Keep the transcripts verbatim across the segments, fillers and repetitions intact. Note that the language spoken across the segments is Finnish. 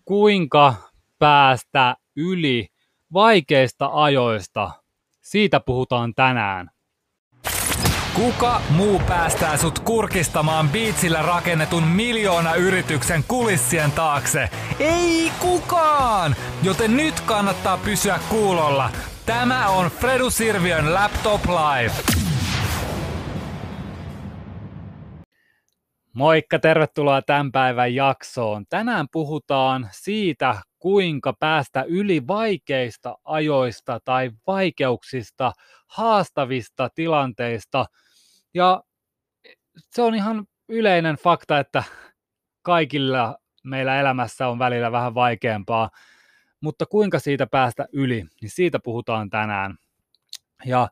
Kuinka päästä yli vaikeista ajoista? Siitä puhutaan tänään. Kuka muu päästää sut kurkistamaan biitsillä rakennetun miljoonayrityksen kulissien taakse? Ei kukaan! Joten nyt kannattaa pysyä kuulolla. Tämä on Fredu Sirviön Laptop Live. Moikka, tervetuloa tämän päivän jaksoon. Tänään puhutaan siitä, kuinka päästä yli vaikeista ajoista tai vaikeuksista, haastavista tilanteista. Ja se on ihan yleinen fakta, että kaikilla meillä elämässä on välillä vähän vaikeampaa, mutta kuinka siitä päästä yli, niin siitä puhutaan tänään. Ja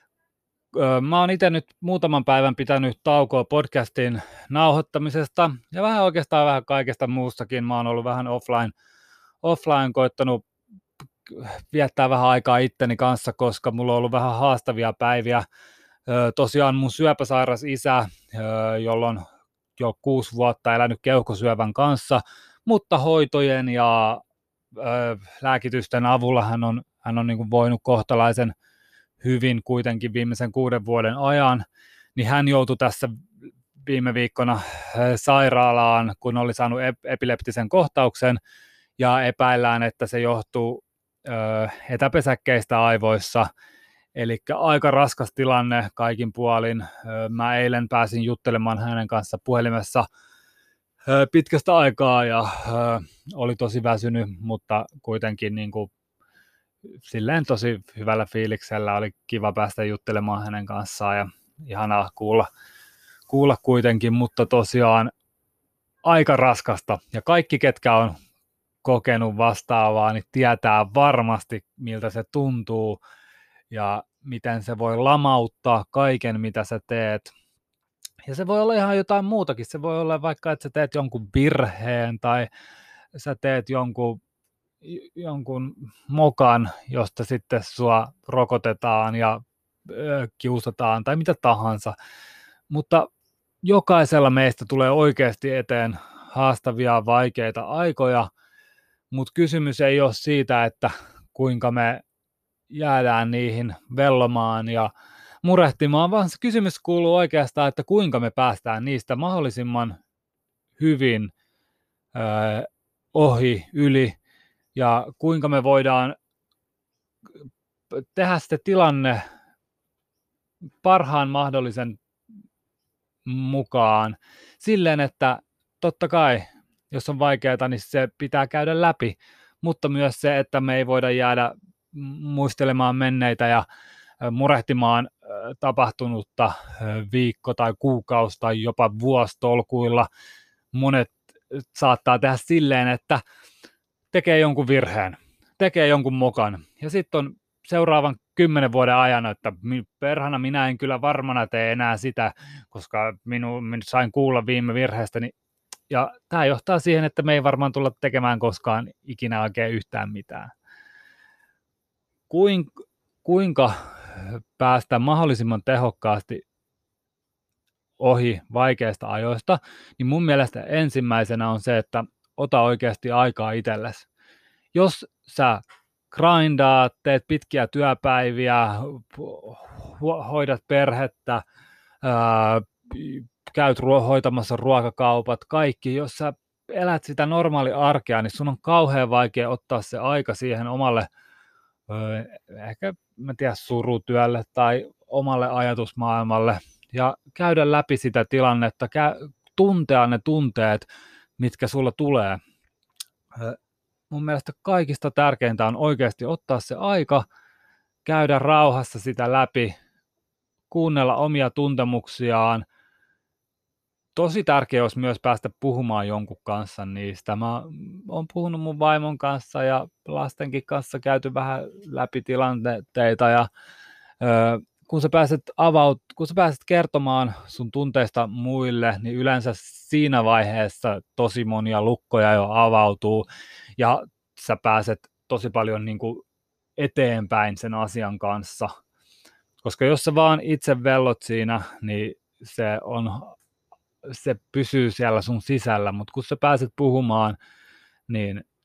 Mä oon itse nyt muutaman päivän pitänyt taukoa podcastin nauhoittamisesta ja vähän oikeastaan vähän kaikesta muustakin. Mä oon ollut vähän offline, offline koittanut viettää vähän aikaa itteni kanssa, koska mulla on ollut vähän haastavia päiviä. Tosiaan mun syöpäsairas isä, jolla on jo kuusi vuotta elänyt keuhkosyövän kanssa, mutta hoitojen ja lääkitysten avulla hän on, hän on niin kuin voinut kohtalaisen hyvin kuitenkin viimeisen kuuden vuoden ajan, niin hän joutui tässä viime viikkona sairaalaan, kun oli saanut epileptisen kohtauksen, ja epäillään, että se johtuu etäpesäkkeistä aivoissa, eli aika raskas tilanne kaikin puolin. Mä eilen pääsin juttelemaan hänen kanssa puhelimessa pitkästä aikaa, ja oli tosi väsynyt, mutta kuitenkin niin kuin silleen tosi hyvällä fiiliksellä, oli kiva päästä juttelemaan hänen kanssaan ja ihanaa kuulla, kuulla kuitenkin, mutta tosiaan aika raskasta. Ja kaikki, ketkä on kokenut vastaavaa, niin tietää varmasti, miltä se tuntuu ja miten se voi lamauttaa kaiken, mitä sä teet. Ja se voi olla ihan jotain muutakin. Se voi olla vaikka, että sä teet jonkun virheen tai sä teet jonkun jonkun mokan, josta sitten sua rokotetaan ja ö, kiusataan tai mitä tahansa. Mutta jokaisella meistä tulee oikeasti eteen haastavia, vaikeita aikoja, mutta kysymys ei ole siitä, että kuinka me jäädään niihin vellomaan ja murehtimaan, vaan se kysymys kuuluu oikeastaan, että kuinka me päästään niistä mahdollisimman hyvin ö, ohi, yli, ja kuinka me voidaan tehdä se tilanne parhaan mahdollisen mukaan silleen, että totta kai, jos on vaikeaa, niin se pitää käydä läpi, mutta myös se, että me ei voida jäädä muistelemaan menneitä ja murehtimaan tapahtunutta viikko tai kuukausi tai jopa vuositolkuilla. Monet saattaa tehdä silleen, että tekee jonkun virheen, tekee jonkun mokan, ja sitten on seuraavan kymmenen vuoden ajan, että perhana minä en kyllä varmana tee enää sitä, koska minun, minun sain kuulla viime virheestäni, ja tämä johtaa siihen, että me ei varmaan tulla tekemään koskaan ikinä oikein yhtään mitään. Kuin, kuinka päästä mahdollisimman tehokkaasti ohi vaikeista ajoista, niin mun mielestä ensimmäisenä on se, että ota oikeasti aikaa itsellesi. Jos sä grindaat, teet pitkiä työpäiviä, hoidat perhettä, ää, käyt ruo- hoitamassa ruokakaupat, kaikki, jos sä elät sitä normaali arkea, niin sun on kauhean vaikea ottaa se aika siihen omalle, öö, ehkä mä tiedän, surutyölle tai omalle ajatusmaailmalle, ja käydä läpi sitä tilannetta, kä- tuntea ne tunteet, mitkä sulla tulee. Mun mielestä kaikista tärkeintä on oikeasti ottaa se aika, käydä rauhassa sitä läpi, kuunnella omia tuntemuksiaan. Tosi tärkeää olisi myös päästä puhumaan jonkun kanssa niistä. Mä oon puhunut mun vaimon kanssa ja lastenkin kanssa käyty vähän läpi tilanteita, ja ö, kun sä pääset avaut, kun sä pääset kertomaan sun tunteista muille, niin yleensä siinä vaiheessa tosi monia lukkoja jo avautuu, ja sä pääset tosi paljon niin kuin eteenpäin sen asian kanssa. Koska jos sä vaan itse vellot siinä, niin se, on, se pysyy siellä sun sisällä, mutta kun sä pääset puhumaan, niin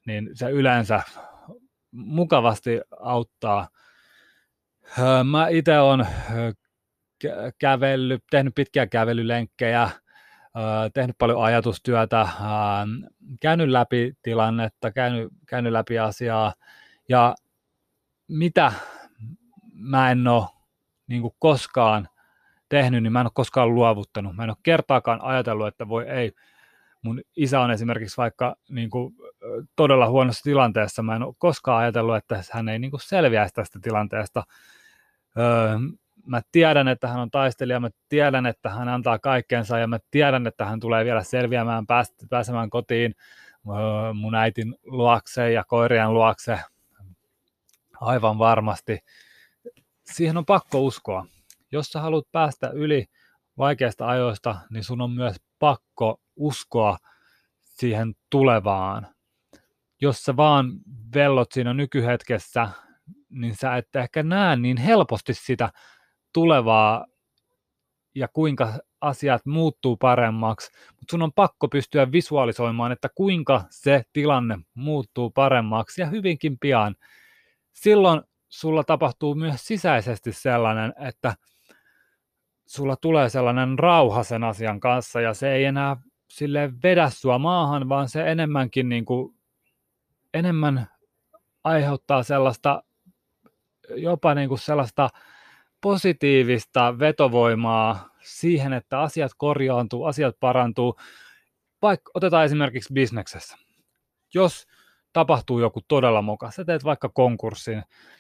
niin se yleensä mukavasti auttaa. Mä itse olen kävellyt, tehnyt pitkiä kävelylenkkejä, tehnyt paljon ajatustyötä, käynyt läpi tilannetta, käynyt, käynyt läpi asiaa, ja mitä mä en ole niin kuin koskaan tehnyt, niin mä en ole koskaan luovuttanut. Mä en ole kertaakaan ajatellut, että voi ei, mun isä on esimerkiksi vaikka niin kuin todella huonossa tilanteessa, mä en ole koskaan ajatellut, että hän ei niin kuin selviäisi tästä tilanteesta. Öö, mä tiedän, että hän on taistelija, mä tiedän, että hän antaa kaikkeensa, ja mä tiedän, että hän tulee vielä selviämään, pääsemään kotiin öö, mun äitin luokse ja koirien luokse aivan varmasti. Siihen on pakko uskoa. Jos sä haluat päästä yli vaikeista ajoista, niin sun on myös pakko uskoa siihen tulevaan. Jos sä vaan vellot siinä nykyhetkessä, niin sä et ehkä näe niin helposti sitä tulevaa ja kuinka asiat muuttuu paremmaksi, mutta sun on pakko pystyä visualisoimaan, että kuinka se tilanne muuttuu paremmaksi ja hyvinkin pian. Silloin sulla tapahtuu myös sisäisesti sellainen, että sulla tulee sellainen rauha sen asian kanssa ja se ei enää silleen vedä sua maahan, vaan se enemmänkin niin kuin, enemmän aiheuttaa sellaista, jopa niin kuin sellaista positiivista vetovoimaa siihen, että asiat korjaantuu, asiat parantuu. Vaikka otetaan esimerkiksi bisneksessä. Jos tapahtuu joku todella moka, sä teet vaikka konkurssin,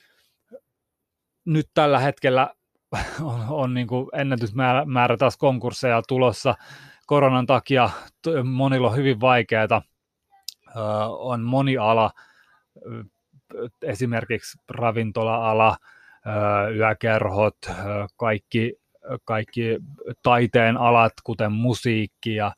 nyt tällä hetkellä on, on niin kuin ennätysmäärä taas konkursseja tulossa koronan takia, monilla on hyvin vaikeaa, on moni ala, esimerkiksi ravintola-ala, yökerhot, kaikki, kaikki taiteen alat, kuten musiikki ja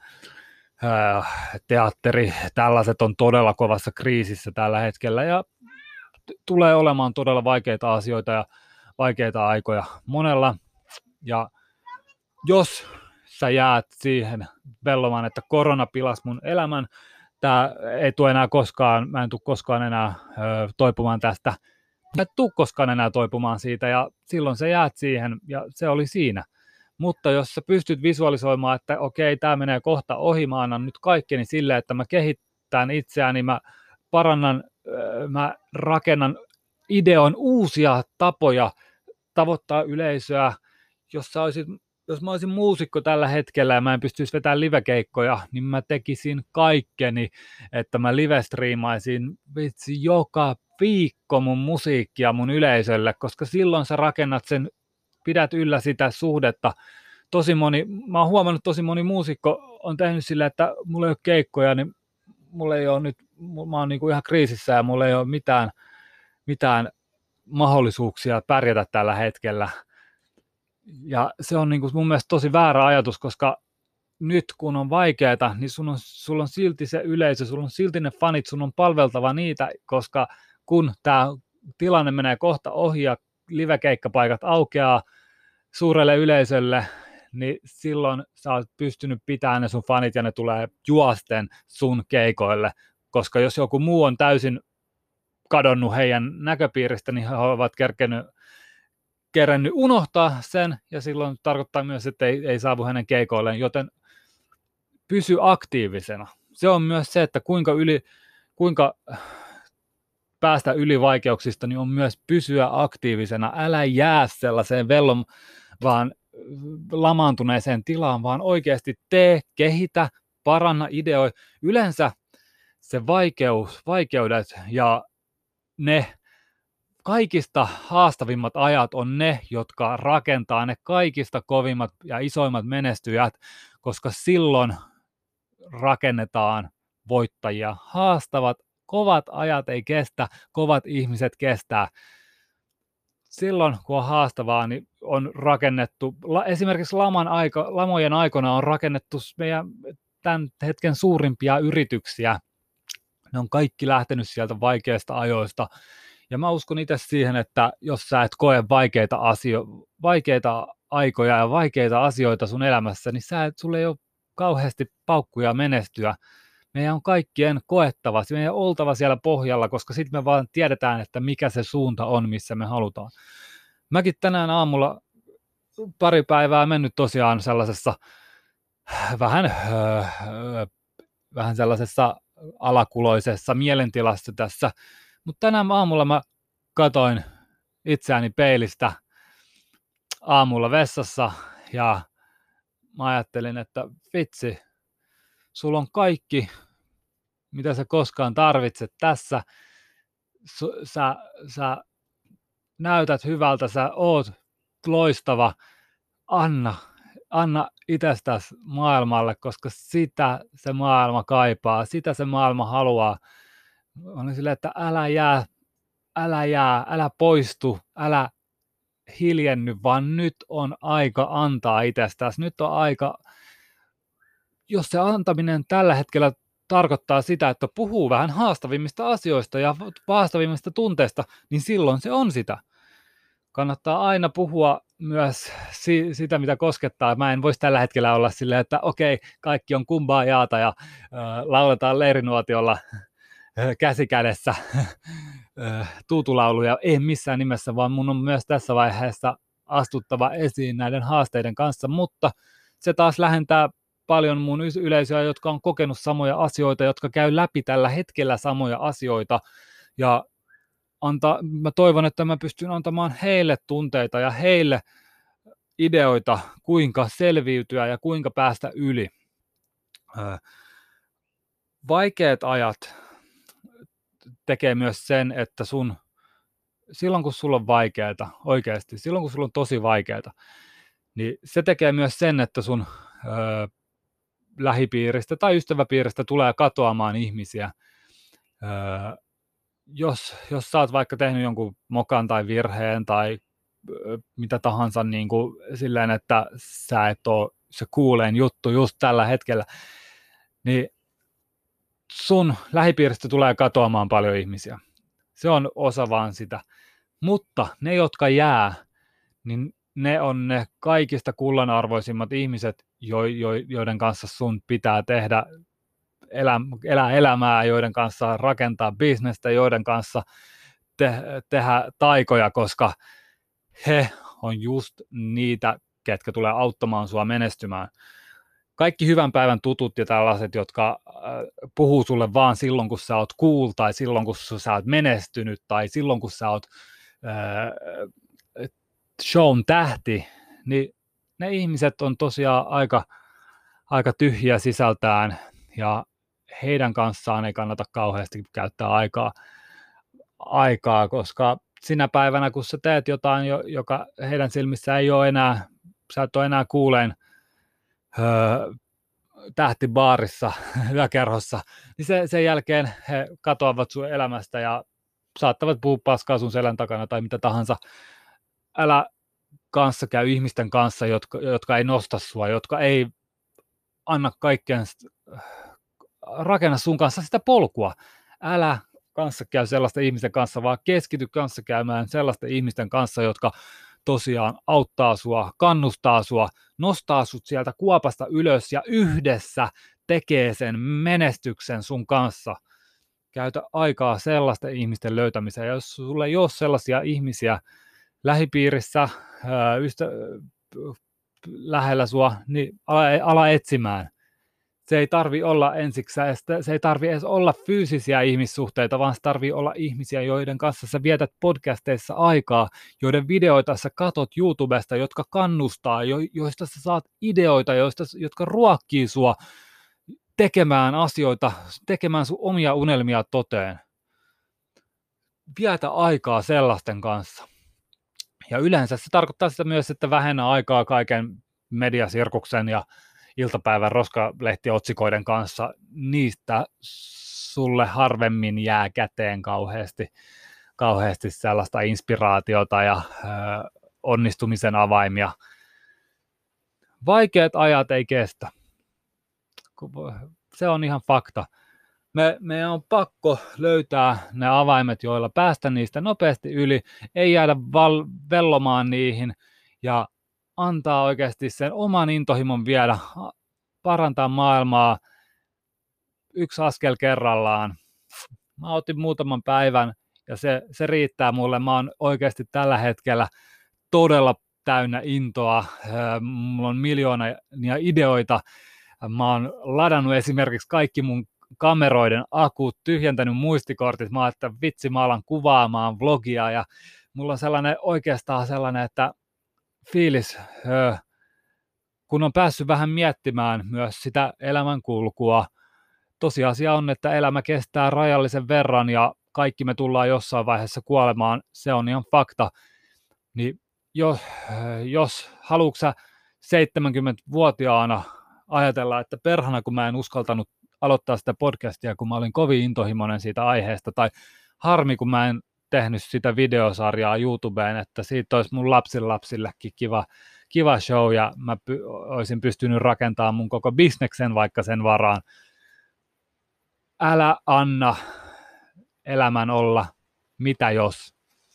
teatteri, tällaiset on todella kovassa kriisissä tällä hetkellä ja tulee olemaan todella vaikeita asioita ja vaikeita aikoja monella. Ja jos sä jäät siihen vellomaan, että korona pilasi mun elämän, tää ei tule enää koskaan, mä en tule koskaan enää ö, toipumaan tästä, mä en tule koskaan enää toipumaan siitä ja silloin sä jäät siihen ja se oli siinä. Mutta jos sä pystyt visualisoimaan, että okei, tämä menee kohta ohi, mä annan nyt kaikkeni silleen, että mä kehitän itseäni, mä parannan, mä rakennan, ideoin uusia tapoja tavoittaa yleisöä. Jos, sä olisit, jos mä olisin muusikko tällä hetkellä ja mä en pystyisi vetämään livekeikkoja, niin mä tekisin kaikkeni, että mä livestriimaisin vitsi joka viikko mun musiikkia mun yleisölle, koska silloin sä rakennat sen, pidät yllä sitä suhdetta. Tosi moni, mä oon huomannut, tosi moni muusikko on tehnyt sillä, että mulla ei ole keikkoja, niin mulla ei ole nyt, mä oon niinku ihan kriisissä ja mulla ei ole mitään, mitään mahdollisuuksia pärjätä tällä hetkellä. Ja se on niinku mun mielestä tosi väärä ajatus, koska nyt kun on vaikeaa, niin sun on, sulla on silti se yleisö, sulla on silti ne fanit, sun on palveltava niitä, koska kun tämä tilanne menee kohta ohi ja livekeikkapaikat aukeaa suurelle yleisölle, niin silloin sä oot pystynyt pitämään ne sun fanit ja ne tulee juosten sun keikoille, koska jos joku muu on täysin kadonnut heidän näköpiiristä, niin he ovat kerkennyt, kerennyt unohtaa sen ja silloin tarkoittaa myös, että ei, ei saavu hänen keikoilleen, joten pysy aktiivisena. Se on myös se, että kuinka, yli, kuinka päästä yli vaikeuksista, niin on myös pysyä aktiivisena. Älä jää sellaiseen vellon, vaan lamaantuneeseen tilaan, vaan oikeasti tee, kehitä, paranna, ideoi. Yleensä se vaikeus, vaikeudet ja ne kaikista haastavimmat ajat on ne, jotka rakentaa ne kaikista kovimmat ja isoimmat menestyjät, koska silloin rakennetaan voittajia. Haastavat, kovat ajat ei kestä, kovat ihmiset kestää. Silloin, kun on haastavaa, niin on rakennettu, esimerkiksi laman aika, lamojen aikana on rakennettu meidän tämän hetken suurimpia yrityksiä. Ne on kaikki lähtenyt sieltä vaikeista ajoista. Ja mä uskon itse siihen, että jos sä et koe vaikeita, asio- vaikeita aikoja ja vaikeita asioita sun elämässä, niin sä et, sulle ei ole kauheasti paukkuja menestyä. Meidän on kaikkien koettava, meidän on oltava siellä pohjalla, koska sitten me vaan tiedetään, että mikä se suunta on, missä me halutaan. Mäkin tänään aamulla pari päivää mennyt tosiaan sellaisessa vähän, öö, vähän sellaisessa alakuloisessa mielentilassa tässä, mutta tänään aamulla mä katoin itseäni peilistä aamulla vessassa ja mä ajattelin, että vitsi, sulla on kaikki, mitä sä koskaan tarvitset tässä, sä, sä näytät hyvältä, sä oot loistava, anna, anna itsestäsi maailmalle, koska sitä se maailma kaipaa, sitä se maailma haluaa. Olen silleen, että älä jää, älä jää, älä poistu, älä hiljenny, vaan nyt on aika antaa itsestäsi, nyt on aika, jos se antaminen tällä hetkellä tarkoittaa sitä, että puhuu vähän haastavimmista asioista ja haastavimmista tunteista, niin silloin se on sitä. Kannattaa aina puhua myös si- sitä, mitä koskettaa. Mä en voisi tällä hetkellä olla silleen, että okei, kaikki on kumbaa jaata ja äh, lauletaan leirinuotiolla äh, käsikädessä äh, tuutulauluja. Ei missään nimessä, vaan mun on myös tässä vaiheessa astuttava esiin näiden haasteiden kanssa, mutta se taas lähentää paljon mun yleisöä, jotka on kokenut samoja asioita, jotka käy läpi tällä hetkellä samoja asioita, ja anta, mä toivon, että mä pystyn antamaan heille tunteita ja heille ideoita, kuinka selviytyä ja kuinka päästä yli. Vaikeat ajat tekee myös sen, että sun, silloin kun sulla on vaikeaa, oikeasti, silloin kun sulla on tosi vaikeaa, niin se tekee myös sen, että sun ö, lähipiiristä tai ystäväpiiristä tulee katoamaan ihmisiä. Öö, jos, jos sä oot vaikka tehnyt jonkun mokan tai virheen tai ö, mitä tahansa niin kuin silleen, että sä et ole se kuuleen juttu just tällä hetkellä, niin sun lähipiiristä tulee katoamaan paljon ihmisiä. Se on osa vaan sitä. Mutta ne, jotka jää, niin ne on ne kaikista kullanarvoisimmat ihmiset, jo, jo, joiden kanssa sun pitää tehdä elä, elää elämää, joiden kanssa rakentaa bisnestä, joiden kanssa te, tehdä taikoja, koska he on just niitä, ketkä tulee auttamaan sua menestymään. Kaikki hyvän päivän tutut ja tällaiset, jotka äh, puhuu sulle vaan silloin, kun sä oot cool, tai silloin, kun sä oot menestynyt, tai silloin, kun sä oot äh, shown tähti, niin ne ihmiset on tosiaan aika, aika tyhjiä sisältään, ja heidän kanssaan ei kannata kauheasti käyttää aikaa, aikaa koska sinä päivänä, kun sä teet jotain, joka heidän silmissä ei ole enää, sä et ole enää kuuleen öö, tähtibaarissa, yökerhossa, niin se, sen jälkeen he katoavat sun elämästä ja saattavat puhua paskaa sun selän takana tai mitä tahansa. Älä kanssa käy ihmisten kanssa, jotka, jotka ei nosta sua, jotka ei anna kaikkeen, rakenna sun kanssa sitä polkua. Älä kanssa käy sellaisten ihmisten kanssa, vaan keskity kanssa käymään sellaisten ihmisten kanssa, jotka tosiaan auttaa sua, kannustaa sua, nostaa sut sieltä kuopasta ylös ja yhdessä tekee sen menestyksen sun kanssa. Käytä aikaa sellaisten ihmisten löytämiseen. Ja jos sulla ei ole sellaisia ihmisiä lähipiirissä, ystä, lähellä sua, niin ala, ala etsimään. Se ei tarvi olla ensiksi, se ei tarvi edes olla fyysisiä ihmissuhteita, vaan se tarvii olla ihmisiä, joiden kanssa sä vietät podcasteissa aikaa, joiden videoita sä katot YouTubesta, jotka kannustaa, jo, joista sä saat ideoita, joista, jotka ruokkii sua tekemään asioita, tekemään sun omia unelmia toteen. Vietä aikaa sellaisten kanssa. Ja yleensä se tarkoittaa sitä myös, että vähennä aikaa kaiken mediasirkuksen ja iltapäivän roskalehtiotsikoiden kanssa. Niistä sulle harvemmin jää käteen kauheasti, kauheasti sellaista inspiraatiota ja ö, onnistumisen avaimia. Vaikeat ajat ei kestä. Se on ihan fakta. Me, meidän on pakko löytää ne avaimet, joilla päästä niistä nopeasti yli, ei jäädä val, vellomaan niihin ja antaa oikeasti sen oman intohimon viedä, parantaa maailmaa yksi askel kerrallaan. Mä otin muutaman päivän ja se, se riittää mulle. Mä oon oikeasti tällä hetkellä todella täynnä intoa. Mulla on miljoonia ideoita. Mä oon ladannut esimerkiksi kaikki mun kameroiden akut, tyhjentänyt muistikortit. Mä oon, että vitsi, mä alan kuvaamaan vlogia ja mulla on sellainen oikeastaan sellainen, että fiilis, kun on päässyt vähän miettimään myös sitä elämänkulkua. Tosiasia on, että elämä kestää rajallisen verran ja kaikki me tullaan jossain vaiheessa kuolemaan. Se on ihan fakta. Niin jos, jos haluatko sä seitsemänkymmentävuotiaana ajatella, että perhana kun mä en uskaltanut aloittaa sitä podcastia, kun mä olin kovin intohimoinen siitä aiheesta, tai harmi kun mä en tehnyt sitä videosarjaa YouTubeen, että siitä olisi mun lapsenlapsillekin kiva, kiva show, ja mä py, olisin pystynyt rakentamaan mun koko bisneksen vaikka sen varaan. Älä anna elämän olla mitä jos,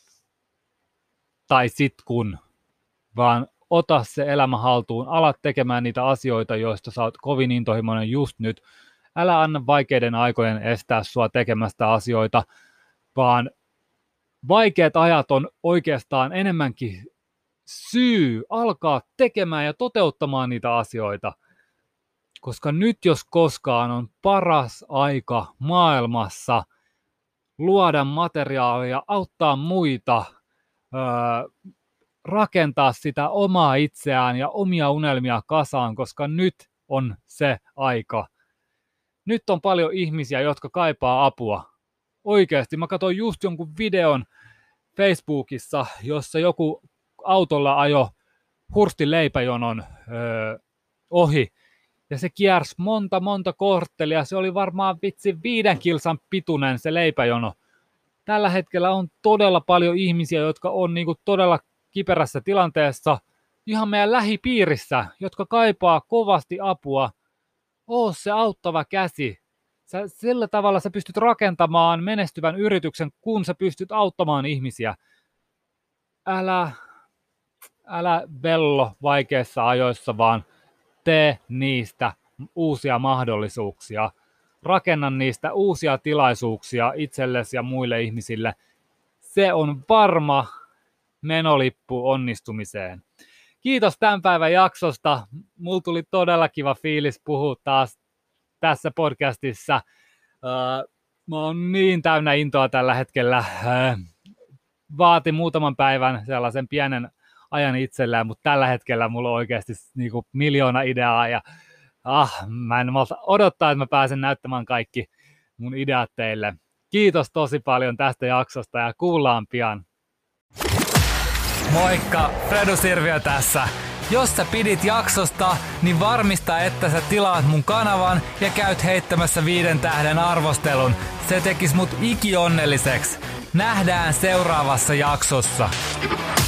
tai sit kun, vaan ota se elämä haltuun, ala tekemään niitä asioita, joista sä oot kovin intohimoinen just nyt. Älä anna vaikeiden aikojen estää sua tekemästä asioita, vaan vaikeat ajat on oikeastaan enemmänkin syy alkaa tekemään ja toteuttamaan niitä asioita. Koska nyt jos koskaan on paras aika maailmassa luoda materiaalia, auttaa muita, öö, rakentaa sitä omaa itseään ja omia unelmia kasaan, koska nyt on se aika. Nyt on paljon ihmisiä, jotka kaipaa apua. Oikeasti, mä katsoin just jonkun videon Facebookissa, jossa joku autolla ajo Hurstin leipäjonon öö, ohi. Ja se kiersi monta, monta korttelia. Se oli varmaan vitsi viiden kilsan pituinen se leipäjono. Tällä hetkellä on todella paljon ihmisiä, jotka on niinku todella kiperässä tilanteessa ihan meidän lähipiirissä, jotka kaipaa kovasti apua. Oo se auttava käsi. Sä, sillä tavalla sä pystyt rakentamaan menestyvän yrityksen, kun sä pystyt auttamaan ihmisiä. Älä, älä vello vaikeissa ajoissa, vaan tee niistä uusia mahdollisuuksia. Rakenna niistä uusia tilaisuuksia itsellesi ja muille ihmisille. Se on varma menolippu onnistumiseen. Kiitos tämän päivän jaksosta. Mulla tuli todella kiva fiilis puhua taas tässä podcastissa. Mä oon niin täynnä intoa tällä hetkellä. Vaati muutaman päivän sellaisen pienen ajan itsellään, mutta tällä hetkellä mulla on oikeasti niin kuin miljoona ideaa ja ah, mä en malta odottaa, että mä pääsen näyttämään kaikki mun ideat teille. Kiitos tosi paljon tästä jaksosta ja kuullaan pian. Moikka, Fredu Sirviö tässä. Jos sä pidit jaksosta, niin varmista, että sä tilaat mun kanavan ja käyt heittämässä viiden tähden arvostelun. Se tekis mut ikionnelliseksi. Nähdään seuraavassa jaksossa.